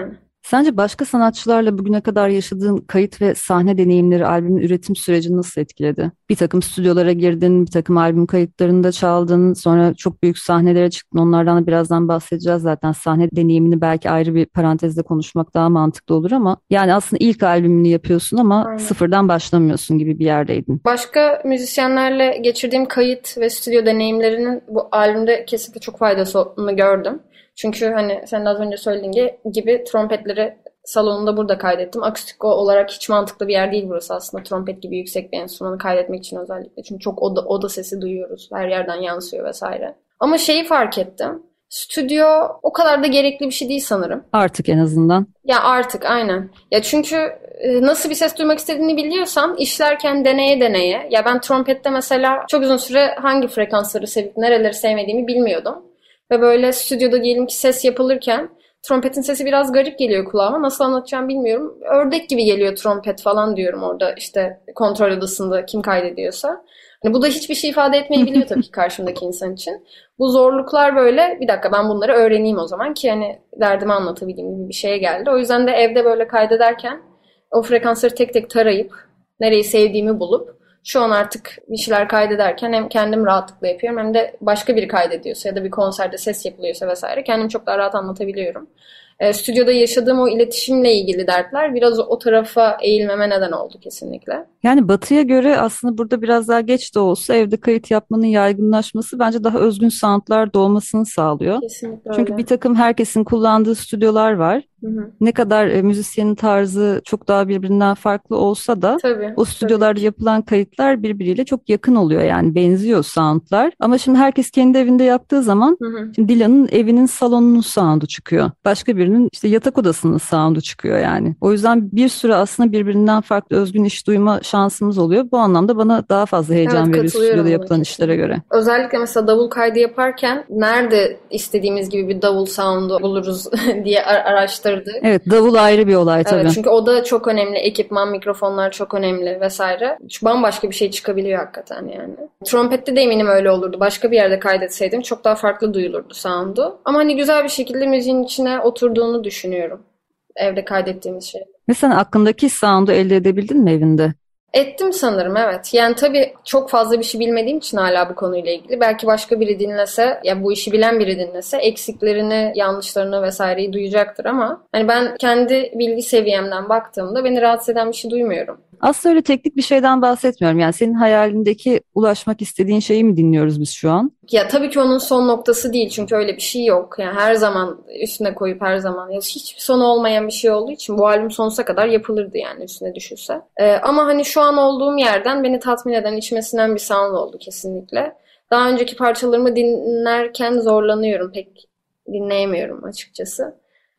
Sence başka sanatçılarla bugüne kadar yaşadığın kayıt ve sahne deneyimleri albümün üretim sürecini nasıl etkiledi? Bir takım stüdyolara girdin, bir takım albüm kayıtlarında çaldın, sonra çok büyük sahnelere çıktın. Onlardan da birazdan bahsedeceğiz zaten. Sahne deneyimini belki ayrı bir parantezde konuşmak daha mantıklı olur ama yani aslında ilk albümünü yapıyorsun ama Aynen. sıfırdan başlamıyorsun gibi bir yerdeydin. Başka müzisyenlerle geçirdiğim kayıt ve stüdyo deneyimlerinin bu albümde kesinlikle çok faydası olduğunu gördüm. Çünkü hani sen de az önce söylediğin gibi trompetleri salonunda burada kaydettim. Akustik olarak hiç mantıklı bir yer değil burası aslında. Trompet gibi yüksek bir enstrümanı kaydetmek için özellikle. Çünkü çok oda sesi duyuyoruz. Her yerden yansıyor vesaire. Ama şeyi fark ettim. Stüdyo o kadar da gerekli bir şey değil sanırım. Artık en azından. Ya artık aynen. Ya çünkü nasıl bir ses duymak istediğini biliyorsan işlerken deneye deneye. Ya ben trompette mesela çok uzun süre hangi frekansları sevip nereleri sevmediğimi bilmiyordum. Ve böyle stüdyoda diyelim ki ses yapılırken trompetin sesi biraz garip geliyor kulağıma. Nasıl anlatacağım bilmiyorum. Ördek gibi geliyor trompet falan diyorum orada işte kontrol odasında kim kaydediyorsa. Hani bu da hiçbir şey ifade etmeyebiliyor tabii ki karşımdaki insan için. Bu zorluklar böyle bir dakika ben bunları öğreneyim o zaman ki hani derdimi anlatabileyim gibi bir şeye geldi. O yüzden de evde böyle kaydederken o frekansları tek tek tarayıp nereyi sevdiğimi bulup şu an artık bir şeyler kaydederken hem kendim rahatlıkla yapıyorum hem de başka biri kaydediyorsa ya da bir konserde ses yapılıyorsa vesaire kendimi çok daha rahat anlatabiliyorum. Stüdyoda yaşadığım o iletişimle ilgili dertler biraz o tarafa eğilmeme neden oldu kesinlikle. Yani Batı'ya göre aslında burada biraz daha geç de olsa evde kayıt yapmanın yaygınlaşması bence daha özgün soundlar doğmasını sağlıyor. Kesinlikle Çünkü öyle. bir takım herkesin kullandığı stüdyolar var. Hı hı. Ne kadar müzisyenin tarzı çok daha birbirinden farklı olsa da Tabii. o stüdyolarda Tabii. yapılan kayıtlar birbiriyle çok yakın oluyor yani benziyor soundlar. Ama şimdi herkes kendi evinde yaptığı zaman Hı hı. şimdi Dilan'ın evinin salonunun soundu çıkıyor. Başka birinin işte yatak odasının soundu çıkıyor yani. O yüzden bir sürü aslında birbirinden farklı özgün iş duyma şansımız oluyor. Bu anlamda bana daha fazla heyecan Evet, veriyor katılıyorum stüdyoda buna yapılan kesinlikle. işlere göre. Özellikle mesela davul kaydı yaparken nerede istediğimiz gibi bir davul sound'u buluruz diye araştırdık. Evet, davul ayrı bir olay tabii. Evet, çünkü o da çok önemli. Ekipman, mikrofonlar çok önemli vesaire. Şu bambaşka bir şey çıkabiliyor hakikaten yani. Trompette de eminim öyle olurdu. Başka bir yerde kaydetseydim çok daha farklı duyulurdu sound'u. Ama hani güzel bir şekilde müziğin içine oturduğunu düşünüyorum. Evde kaydettiğimiz şey. Mesela aklındaki sound'u elde edebildin mi evinde? Ettim sanırım, evet. Yani tabii çok fazla bir şey bilmediğim için hala bu konuyla ilgili. Belki başka biri dinlese, ya bu işi bilen biri dinlese eksiklerini, yanlışlarını vesaireyi duyacaktır ama hani ben kendi bilgi seviyemden baktığımda beni rahatsız eden bir şey duymuyorum. Aslında öyle teknik bir şeyden bahsetmiyorum. Yani senin hayalindeki ulaşmak istediğin şeyi mi dinliyoruz biz şu an? Ya tabii ki onun son noktası değil çünkü öyle bir şey yok. Yani her zaman üstüne koyup her zaman ya hiçbir sonu olmayan bir şey olduğu için bu albüm sonsuza kadar yapılırdı yani üstüne düşülse. Ama hani şu an olduğum yerden beni tatmin eden, içime sinen bir sound oldu kesinlikle. Daha önceki parçalarımı dinlerken zorlanıyorum. Pek dinleyemiyorum açıkçası.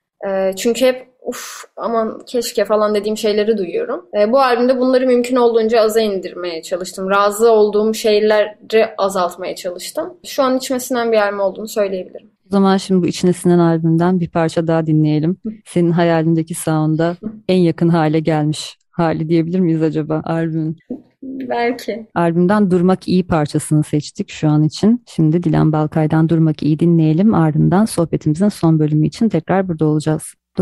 Çünkü hep aman keşke falan dediğim şeyleri duyuyorum. Bu albümde bunları mümkün olduğunca aza indirmeye çalıştım. Razı olduğum şeyleri azaltmaya çalıştım. Şu an içime sinen bir albüm olduğunu söyleyebilirim. O zaman şimdi bu içine sinen albümden bir parça daha dinleyelim. Senin hayalindeki sound'a en yakın hale gelmiş hali diyebilir miyiz acaba albümün? Belki. Albümden Durmak İyi parçasını seçtik şu an için. Şimdi Dilan Balkay'dan Durmak İyi dinleyelim. Ardından sohbetimizin son bölümü için tekrar burada olacağız.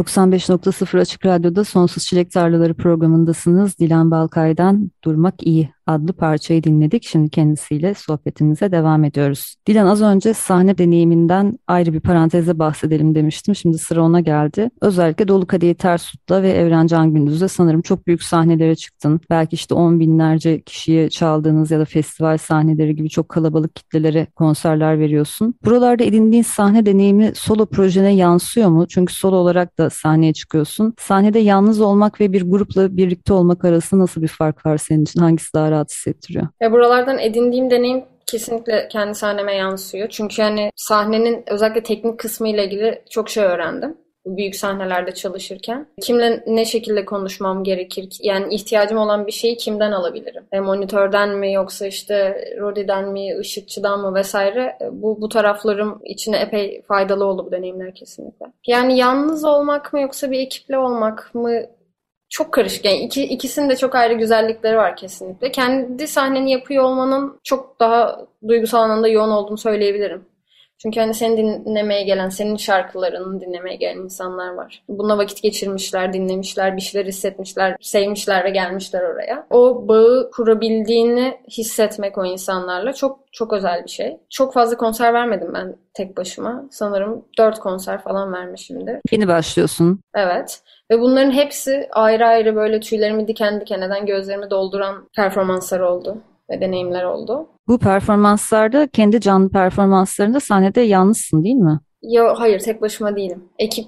95.0 Açık Radyo'da Sonsuz Çilek Tarlaları programındasınız. Dilan Balkay'dan Durmak İyi adlı parçayı dinledik. Şimdi kendisiyle sohbetimize devam ediyoruz. Dilan, az önce sahne deneyiminden ayrı bir parantezde bahsedelim demiştim. Şimdi sıra ona geldi. Özellikle Dolu Kadehi Ters Tut'la ve Evren Can Gündüz'le sanırım çok büyük sahnelere çıktın. Belki işte 10 binlerce kişiye çaldığınız ya da festival sahneleri gibi çok kalabalık kitlelere konserler veriyorsun. Buralarda edindiğin sahne deneyimi solo projene yansıyor mu? Çünkü solo olarak da sahneye çıkıyorsun. Sahnede yalnız olmak ve bir grupla birlikte olmak arasında nasıl bir fark var senin için? Hangisi daha rahat hissettiriyor? Buralardan edindiğim deneyim kesinlikle kendi sahneme yansıyor. Çünkü yani sahnenin özellikle teknik kısmı ile ilgili çok şey öğrendim. Büyük sahnelerde çalışırken. Kimle ne şekilde konuşmam gerekir? Yani ihtiyacım olan bir şeyi kimden alabilirim? Monitörden mi yoksa işte Rodi'den mi, ışıkçıdan mı vesaire. Bu taraflarım içine epey faydalı oldu bu deneyimler kesinlikle. Yani yalnız olmak mı yoksa bir ekiple olmak mı? Çok karışık. Yani ikisinin de çok ayrı güzellikleri var kesinlikle. Kendi sahneni yapıyor olmanın çok daha duygusal anlamda yoğun olduğunu söyleyebilirim. Çünkü hani seni dinlemeye gelen, senin şarkılarını dinlemeye gelen insanlar var. Buna vakit geçirmişler, dinlemişler, bir şeyler hissetmişler, sevmişler ve gelmişler oraya. O bağı kurabildiğini hissetmek o insanlarla çok çok özel bir şey. Çok fazla konser vermedim ben tek başıma. Sanırım 4 konser falan vermişimdir. Yeni başlıyorsun. Evet. Ve bunların hepsi ayrı ayrı böyle tüylerimi diken diken eden, gözlerimi dolduran performanslar oldu ve deneyimler oldu. Bu performanslarda, kendi canlı performanslarında sahnede yalnızsın değil mi? Ya hayır, tek başıma değilim.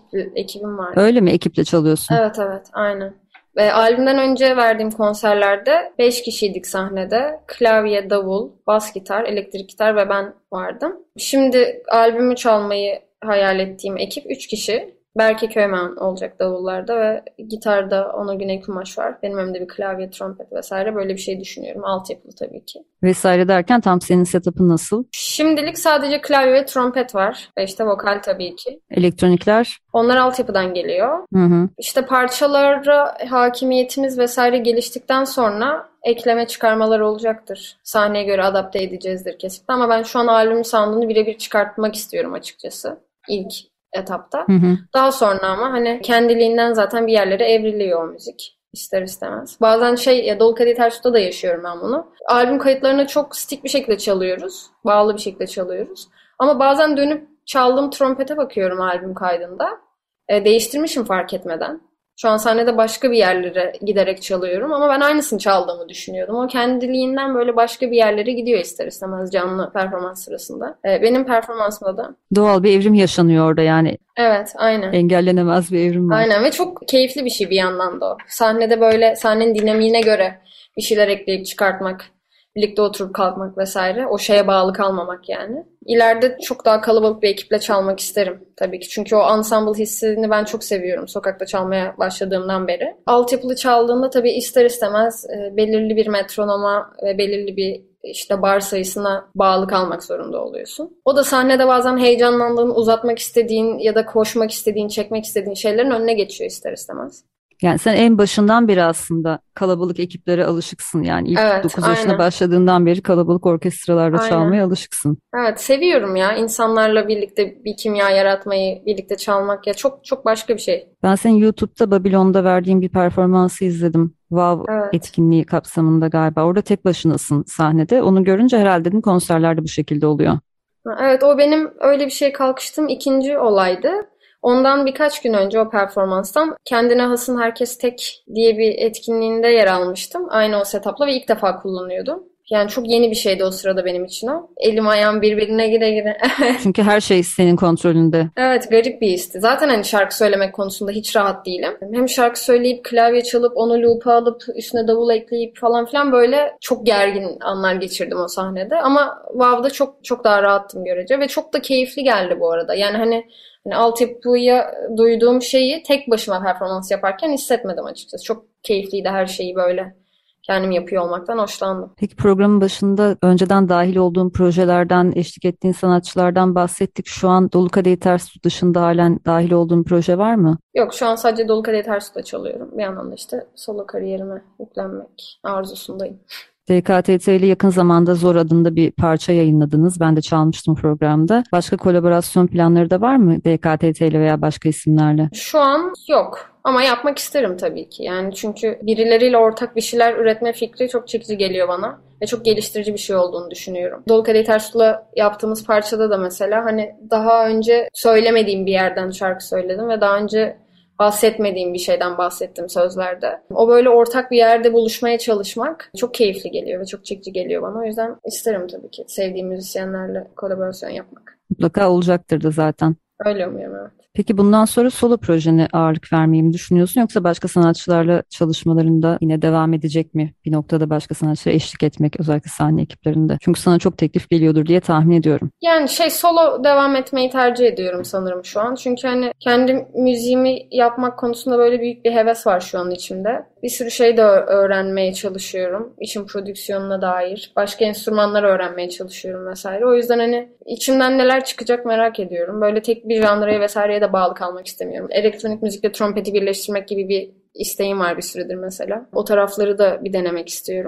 Ekibim var. Öyle mi? Ekiple çalıyorsun. Evet, aynen. Ve albümden önce verdiğim konserlerde 5 kişiydik sahnede. Klavye, davul, bas gitar, elektrik gitar ve ben vardım. Şimdi albümü çalmayı hayal ettiğim ekip 3 kişi. Berke Köymen olacak davullarda ve gitarda Onur Güney Kumaş var. Benim önümde bir klavye, trompet vesaire, böyle bir şey düşünüyorum. Altyapılı tabii ki. Vesaire derken tam senin setup'ın nasıl? Şimdilik sadece klavye ve trompet var. Ve işte vokal tabii ki. Elektronikler? Onlar altyapıdan geliyor. Hı. İşte parçalara hakimiyetimiz vesaire geliştikten sonra ekleme çıkarmalar olacaktır. Sahneye göre adapte edeceğizdir kesinlikle. Ama ben şu an albümün sound'unu birebir çıkartmak istiyorum açıkçası. İlk etapta. Hı. Daha sonra ama hani kendiliğinden zaten bir yerlere evriliyor o müzik. İster istemez. Bazen Dolu Kadehi Ters Tut'ta da yaşıyorum ben bunu. Albüm kayıtlarına çok stik bir şekilde çalıyoruz. Bağlı bir şekilde çalıyoruz. Ama bazen dönüp çaldığım trompete bakıyorum albüm kaydında. Değiştirmişim fark etmeden. Şu an sahnede başka bir yerlere giderek çalıyorum ama ben aynısını çaldığımı düşünüyordum. O kendiliğinden böyle başka bir yerlere gidiyor ister istemez canlı performans sırasında. Benim performansımda da. Doğal bir evrim yaşanıyor orada yani. Evet, aynen. Engellenemez bir evrim var. Aynen ve çok keyifli bir şey bir yandan da o. Sahnede böyle sahnenin dinamiğine göre bir şeyler ekleyip çıkartmak, birlikte oturup kalkmak vesaire. O şeye bağlı kalmamak yani. İleride çok daha kalabalık bir ekiple çalmak isterim tabii ki. Çünkü o ensemble hissini ben çok seviyorum sokakta çalmaya başladığımdan beri. Altyapılı çaldığında tabii ister istemez belirli bir metronoma ve belirli bir işte bar sayısına bağlı kalmak zorunda oluyorsun. O da sahnede bazen heyecanlandığın, uzatmak istediğin ya da koşmak istediğin, çekmek istediğin şeylerin önüne geçiyor ister istemez. Yani sen en başından beri aslında kalabalık ekiplere alışıksın. Yani ilk Evet, 9 yaşına aynen. başladığından beri kalabalık orkestralarda Aynen. çalmaya alışıksın. Evet, seviyorum ya. İnsanlarla birlikte bir kimya yaratmayı, birlikte çalmak ya çok çok başka bir şey. Ben senin YouTube'da Babilon'da verdiğin bir performansı izledim. Wow Evet. etkinliği kapsamında galiba. Orada tek başınasın sahnede. Onu görünce herhalde dedim konserlerde bu şekilde oluyor. Evet, o benim öyle bir şeye kalkıştığım ikinci olaydı. Ondan birkaç gün önce o performanstan Kendine Hasın Herkes Tek diye bir etkinliğinde yer almıştım. Aynı o setupla ve ilk defa kullanıyordum. Yani çok yeni bir şeydi o sırada benim için o. Elim ayağım birbirine gire. Çünkü her şey senin kontrolünde. Evet, garip bir histi. Zaten hani şarkı söylemek konusunda hiç rahat değilim. Hem şarkı söyleyip klavye çalıp onu loop'a alıp üstüne davul ekleyip falan filan böyle çok gergin anlar geçirdim o sahnede. Ama Wow'da çok çok daha rahattım görece ve çok da keyifli geldi bu arada. Yani hani altyapıya duyduğum şeyi tek başıma performans yaparken hissetmedim açıkçası. Çok keyifliydi her şeyi böyle kendim yapıyor olmaktan hoşlandım. Peki programın başında önceden dahil olduğun projelerden, eşlik ettiğin sanatçılardan bahsettik. Şu an Dolu Kadehi Ters Tut dışında halen dahil olduğun proje var mı? Yok, şu an sadece Dolu Kadehi Ters Tut'la çalıyorum. Bir yandan da işte solo kariyerime yüklenmek arzusundayım. DKTT ile yakın zamanda Zor adında bir parça yayınladınız. Ben de çalmıştım programda. Başka kolaborasyon planları da var mı DKTT ile veya başka isimlerle? Şu an yok. Ama yapmak isterim tabii ki. Yani çünkü birileriyle ortak bir şeyler üretme fikri çok çekici geliyor bana. Ve çok geliştirici bir şey olduğunu düşünüyorum. Dolu Kadehi Ters Tut'la yaptığımız parçada da mesela hani daha önce söylemediğim bir yerden şarkı söyledim ve daha önce bahsetmediğim bir şeyden bahsettim sözlerde. O böyle ortak bir yerde buluşmaya çalışmak çok keyifli geliyor ve çok çekici geliyor bana. O yüzden isterim tabii ki sevdiğim müzisyenlerle kolaborasyon yapmak. Mutlaka olacaktır da zaten. Öyle umuyorum, evet. Peki bundan sonra solo projene ağırlık vermeyi mi düşünüyorsun yoksa başka sanatçılarla çalışmalarında yine devam edecek mi? Bir noktada başka sanatçılara eşlik etmek özellikle sahne ekiplerinde. Çünkü sana çok teklif geliyordur diye tahmin ediyorum. Yani solo devam etmeyi tercih ediyorum sanırım şu an. Çünkü hani kendi müziğimi yapmak konusunda böyle büyük bir heves var şu an içimde. Bir sürü şey de öğrenmeye çalışıyorum. İşin prodüksiyonuna dair. Başka enstrümanlar öğrenmeye çalışıyorum vesaire. O yüzden hani içimden neler çıkacak merak ediyorum. Böyle tek bir janraya vesaireye de bağlı kalmak istemiyorum. Elektronik müzikle trompeti birleştirmek gibi bir isteğim var bir süredir mesela. O tarafları da bir denemek istiyorum.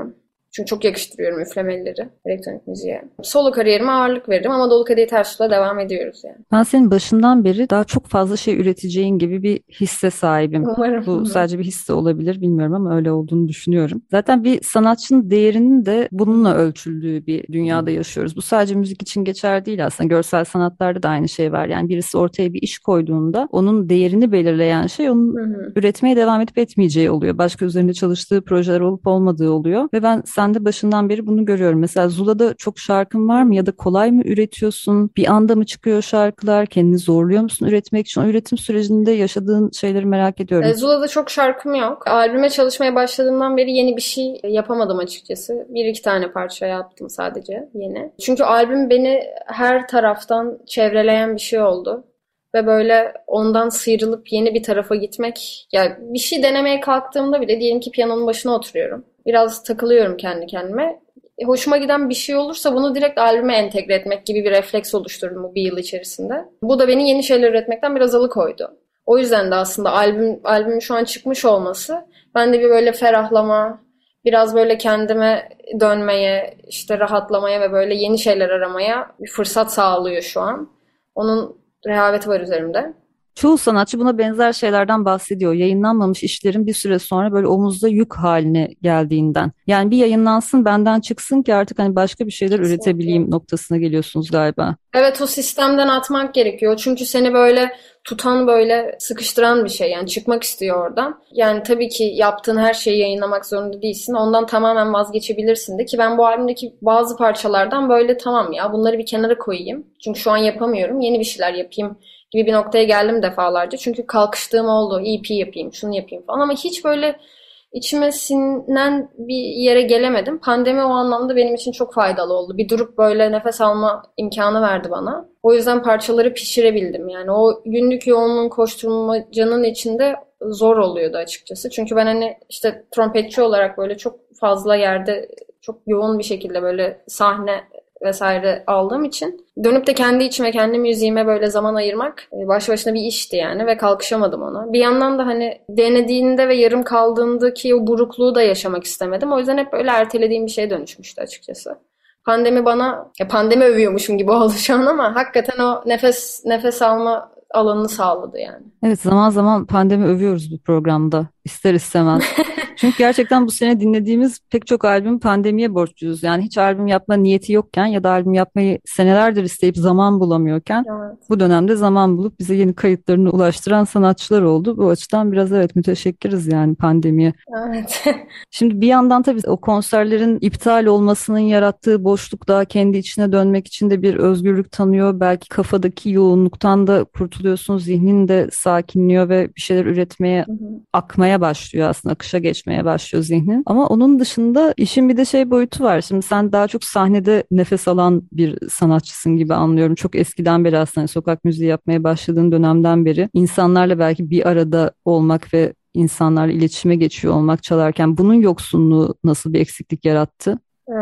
Çünkü çok yakıştırıyorum üflemelileri elektronik müziğe. Solo kariyerime ağırlık veririm ama Dolu Kadehi Ters Tut'la devam ediyoruz yani. Ben senin başından beri daha çok fazla şey üreteceğin gibi bir hisse sahibim. Umarım. Bu sadece bir hisse olabilir bilmiyorum ama öyle olduğunu düşünüyorum. Zaten bir sanatçının değerinin de bununla ölçüldüğü bir dünyada yaşıyoruz. Bu sadece müzik için geçerli değil aslında. Görsel sanatlarda da aynı şey var. Yani birisi ortaya bir iş koyduğunda onun değerini belirleyen şey onun üretmeye devam edip etmeyeceği oluyor. Başka üzerinde çalıştığı projeler olup olmadığı oluyor. Ve ben sende başından beri bunu görüyorum. Mesela Zula'da çok şarkın var mı ya da kolay mı üretiyorsun? Bir anda mı çıkıyor şarkılar? Kendini zorluyor musun üretmek için? O üretim sürecinde yaşadığın şeyleri merak ediyorum. Zula'da çok şarkım yok. Albüme çalışmaya başladığımdan beri yeni bir şey yapamadım açıkçası. Bir iki tane parça yaptım sadece yeni. Çünkü albüm beni her taraftan çevreleyen bir şey oldu. Ve böyle ondan sıyrılıp yeni bir tarafa gitmek, yani bir şey denemeye kalktığımda bile diyelim ki piyanonun başına oturuyorum. Biraz takılıyorum kendi kendime. Hoşuma giden bir şey olursa bunu direkt albüme entegre etmek gibi bir refleks oluşturdum bu bir yıl içerisinde. Bu da beni yeni şeyler üretmekten biraz alıkoydu. O yüzden de aslında albümün şu an çıkmış olması bende bir böyle ferahlama, biraz böyle kendime dönmeye, işte rahatlamaya ve böyle yeni şeyler aramaya bir fırsat sağlıyor şu an. Onun rehaveti var üzerimde. Çoğu sanatçı buna benzer şeylerden bahsediyor. Yayınlanmamış işlerin bir süre sonra böyle omuzda yük haline geldiğinden. Yani bir yayınlansın benden çıksın ki artık hani başka bir şeyler Kesinlikle. üretebileyim noktasına geliyorsunuz galiba. Evet, o sistemden atmak gerekiyor. Çünkü seni böyle tutan, böyle sıkıştıran bir şey. Yani çıkmak istiyor oradan. Yani tabii ki yaptığın her şeyi yayınlamak zorunda değilsin. Ondan tamamen vazgeçebilirsin de ki ben bu albümdeki bazı parçalardan böyle tamam ya bunları bir kenara koyayım. Çünkü şu an yapamıyorum. Yeni bir şeyler yapayım gibi bir noktaya geldim defalarca. Çünkü kalkıştığım oldu. EP yapayım, şunu yapayım falan ama hiç böyle içime sinen bir yere gelemedim. Pandemi o anlamda benim için çok faydalı oldu. Bir durup böyle nefes alma imkanı verdi bana. O yüzden parçaları pişirebildim. Yani o günlük yoğunluğun, koşturmacanın içinde zor oluyordu açıkçası. Çünkü ben hani işte trompetçi olarak böyle çok fazla yerde çok yoğun bir şekilde böyle sahne vesaire aldığım için dönüp de kendi içime, kendi müziğime böyle zaman ayırmak baş başına bir işti yani ve kalkışamadım ona. Bir yandan da hani denediğinde ve yarım kaldığındaki o burukluğu da yaşamak istemedim. O yüzden hep böyle ertelediğim bir şeye dönüşmüştü açıkçası. Pandemi bana, pandemi övüyormuşum gibi oldu şu an ama hakikaten o nefes alma alanını sağladı yani. Evet, zaman zaman pandemi övüyoruz bu programda ister istemez. Çünkü gerçekten bu sene dinlediğimiz pek çok albüm pandemiye borçluyuz. Yani hiç albüm yapma niyeti yokken ya da albüm yapmayı senelerdir isteyip zaman bulamıyorken Evet. bu dönemde zaman bulup bize yeni kayıtlarını ulaştıran sanatçılar oldu. Bu açıdan biraz evet müteşekkiriz yani pandemiye. Evet. Şimdi bir yandan tabii o konserlerin iptal olmasının yarattığı boşlukta kendi içine dönmek için de bir özgürlük tanıyor. Belki kafadaki yoğunluktan da kurtuluyorsun, zihnin de sakinliyor ve bir şeyler üretmeye, akmaya başlıyor aslında, akışa geçmeye başlıyor zihnin. Ama onun dışında işin bir de şey boyutu var. Şimdi sen daha çok sahnede nefes alan bir sanatçısın gibi anlıyorum. Çok eskiden beri aslında sokak müziği yapmaya başladığın dönemden beri insanlarla belki bir arada olmak ve insanlarla iletişime geçiyor olmak çalarken bunun yoksunluğu nasıl bir eksiklik yarattı?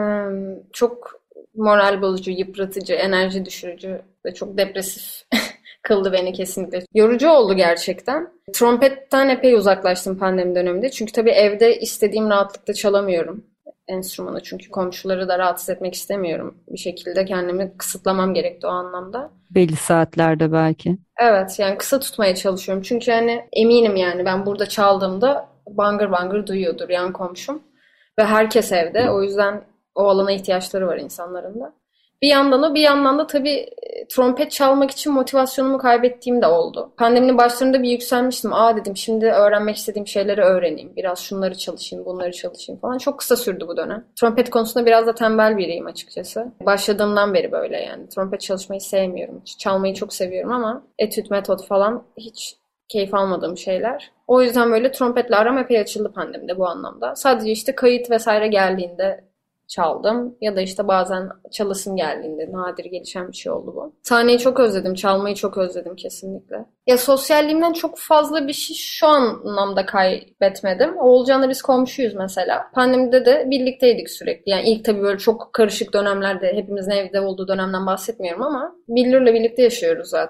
Çok moral bozucu, yıpratıcı, enerji düşürücü ve çok depresif kıldı beni kesinlikle. Yorucu oldu gerçekten. Trompetten epey uzaklaştım pandemi döneminde. Çünkü tabii evde istediğim rahatlıkta çalamıyorum enstrümanı. Çünkü komşuları da rahatsız etmek istemiyorum. Bir şekilde kendimi kısıtlamam gerekti o anlamda. Belli saatlerde belki. Evet, yani kısa tutmaya çalışıyorum. Çünkü hani eminim yani ben burada çaldığımda bangır bangır duyuyordur yan komşum. Ve herkes evde. O yüzden o alana ihtiyaçları var insanların da. Bir yandan o, bir yandan da tabii trompet çalmak için motivasyonumu kaybettiğim de oldu. Pandeminin başlarında bir yükselmiştim. Dedim şimdi öğrenmek istediğim şeyleri öğreneyim. Biraz şunları çalışayım, bunları çalışayım falan. Çok kısa sürdü bu dönem. Trompet konusunda biraz da tembel biriyim açıkçası. Başladığımdan beri böyle yani. Trompet çalışmayı sevmiyorum. Çalmayı çok seviyorum ama etüt, metot falan hiç keyif almadığım şeyler. O yüzden böyle trompetle aram epey açıldı pandemide bu anlamda. Sadece işte kayıt vesaire geldiğinde çaldım ya da işte bazen çalasım geldiğinde nadir gelişen bir şey oldu bu. Sahneyi çok özledim, çalmayı çok özledim kesinlikle. Ya sosyalliğimden çok fazla bir şey şu anlamda kaybetmedim. Oğulcan'la biz komşuyuz mesela. Pandemide de birlikteydik sürekli. Yani ilk tabii böyle çok karışık dönemlerde hepimizin evde olduğu dönemden bahsetmiyorum ama Billur'la birlikte yaşıyoruz zaten.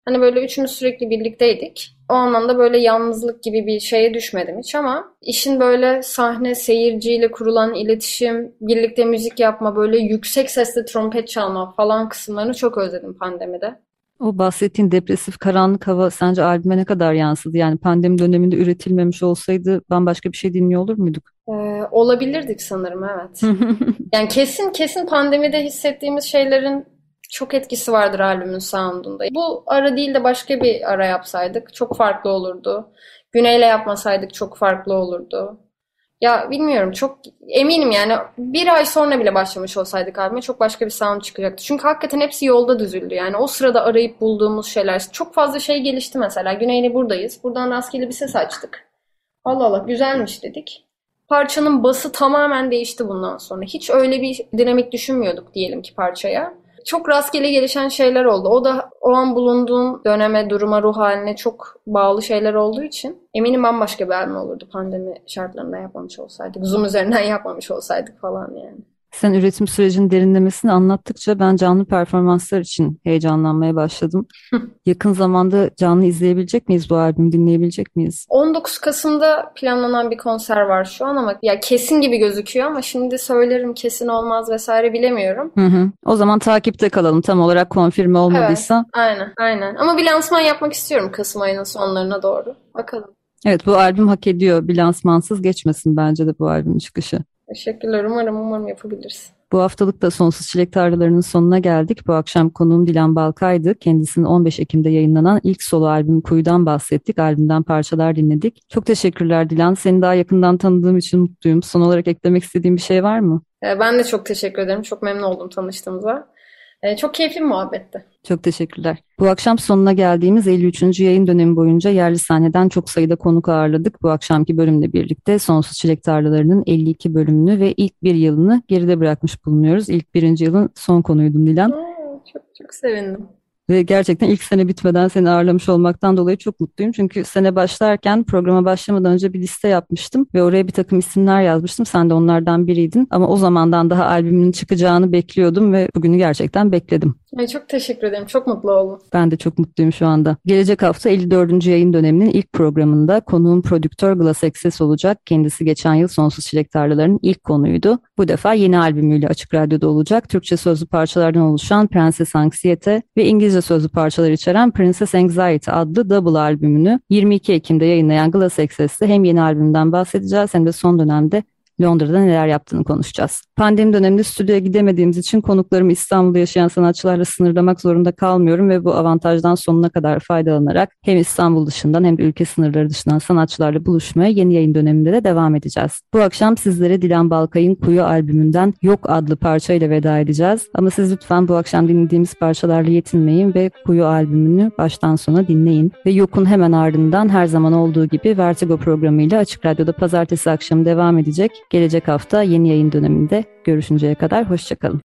Hani böyle üçümüz sürekli birlikteydik. O anlamda böyle yalnızlık gibi bir şeye düşmedim hiç ama işin böyle sahne, seyirciyle kurulan iletişim, birlikte müzik yapma, böyle yüksek sesle trompet çalma falan kısımlarını çok özledim pandemide. O bahsettiğin depresif karanlık hava sence albüme ne kadar yansıdı? Yani pandemi döneminde üretilmemiş olsaydı bambaşka bir şey dinliyor olur muyduk? Olabilirdik sanırım, evet. Yani kesin pandemide hissettiğimiz şeylerin çok etkisi vardır albümün sound'unda. Bu ara değil de başka bir ara yapsaydık çok farklı olurdu. Güney'le yapmasaydık çok farklı olurdu. Ya bilmiyorum, çok eminim yani bir ay sonra bile başlamış olsaydık albüme çok başka bir sound çıkacaktı. Çünkü hakikaten hepsi yolda düzüldü. Yani o sırada arayıp bulduğumuz şeyler. Çok fazla şey gelişti mesela. Güney'le buradayız. Buradan rastgele bir ses açtık. Allah Allah, güzelmiş dedik. Parçanın bası tamamen değişti bundan sonra. Hiç öyle bir dinamik düşünmüyorduk diyelim ki parçaya. Çok rastgele gelişen şeyler oldu. O da o an bulunduğun döneme, duruma, ruh haline çok bağlı şeyler olduğu için eminim bambaşka bir albüm olurdu pandemi şartlarında yapmamış olsaydık. Zoom üzerinden yapmamış olsaydık falan yani. Sen üretim sürecinin derinlemesini anlattıkça ben canlı performanslar için heyecanlanmaya başladım. Yakın zamanda canlı izleyebilecek miyiz bu albümü, dinleyebilecek miyiz? 19 Kasım'da planlanan bir konser var şu an ama ya kesin gibi gözüküyor ama şimdi söylerim kesin olmaz vesaire bilemiyorum. O zaman takipte kalalım, tam olarak konfirme olmadıysa. Evet, aynen. Ama bir lansman yapmak istiyorum Kasım ayının sonlarına doğru. Bakalım. Evet, bu albüm hak ediyor. Bir lansmansız geçmesin bence de bu albümün çıkışı. Teşekkürler. Umarım yapabiliriz. Bu haftalık da Sonsuz Çilek Tarlaları'nın sonuna geldik. Bu akşam konuğum Dilan Balkay'dı. Kendisinin 15 Ekim'de yayınlanan ilk solo albümü Kuyu'dan bahsettik. Albümden parçalar dinledik. Çok teşekkürler Dilan. Seni daha yakından tanıdığım için mutluyum. Son olarak eklemek istediğin bir şey var mı? Ben de çok teşekkür ederim. Çok memnun oldum tanıştığımıza. Çok keyifli bir muhabbetti. Çok teşekkürler. Bu akşam sonuna geldiğimiz 53. yayın dönemi boyunca yerli sahneden çok sayıda konuk ağırladık. Bu akşamki bölümle birlikte Sonsuz Çilek Tarlaları'nın 52 bölümünü ve ilk bir yılını geride bırakmış bulunuyoruz. İlk birinci yılın son konuydun Dilan. Çok sevindim. Ve gerçekten ilk sene bitmeden seni ağırlamış olmaktan dolayı çok mutluyum. Çünkü sene başlarken programa başlamadan önce bir liste yapmıştım ve oraya bir takım isimler yazmıştım. Sen de onlardan biriydin. Ama o zamandan daha albümün çıkacağını bekliyordum ve bugünü gerçekten bekledim. Çok teşekkür ederim. Çok mutlu oldum. Ben de çok mutluyum şu anda. Gelecek hafta 54. yayın döneminin ilk programında konuğum prodüktör Glass Access olacak. Kendisi geçen yıl Sonsuz Çilek Tarlaları'nın ilk konuydu. Bu defa yeni albümüyle Açık Radyo'da olacak. Türkçe sözlü parçalardan oluşan Prenses Anksiyete ve İngilizce sözlü parçalar içeren Princess Anxiety adlı double albümünü 22 Ekim'de yayınlayan Glass Access'te hem yeni albümden bahsedeceğiz hem de son dönemde Londra'da neler yaptığını konuşacağız. Pandemi döneminde stüdyoya gidemediğimiz için konuklarımı İstanbul'da yaşayan sanatçılarla sınırlamak zorunda kalmıyorum ve bu avantajdan sonuna kadar faydalanarak hem İstanbul dışından hem de ülke sınırları dışından sanatçılarla buluşmaya yeni yayın döneminde de devam edeceğiz. Bu akşam sizlere Dilan Balkay'ın Kuyu albümünden Yok adlı parçayla veda edeceğiz. Ama siz lütfen bu akşam dinlediğimiz parçalarla yetinmeyin ve Kuyu albümünü baştan sona dinleyin. Ve Yok'un hemen ardından her zaman olduğu gibi Vertigo programıyla Açık Radyo'da pazartesi akşamı devam edecek. Gelecek hafta yeni yayın döneminde görüşünceye kadar hoşçakalın.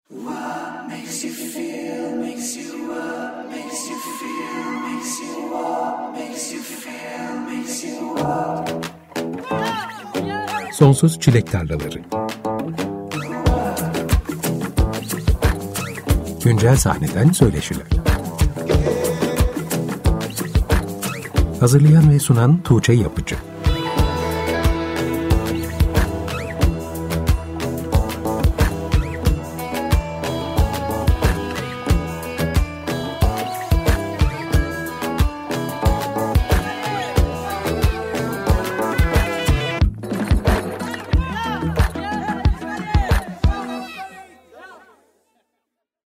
Sonsuz Çilek Tarlaları. Güncel sahneden söyleşiler. Hazırlayan ve sunan Tuğçe Yapıcı.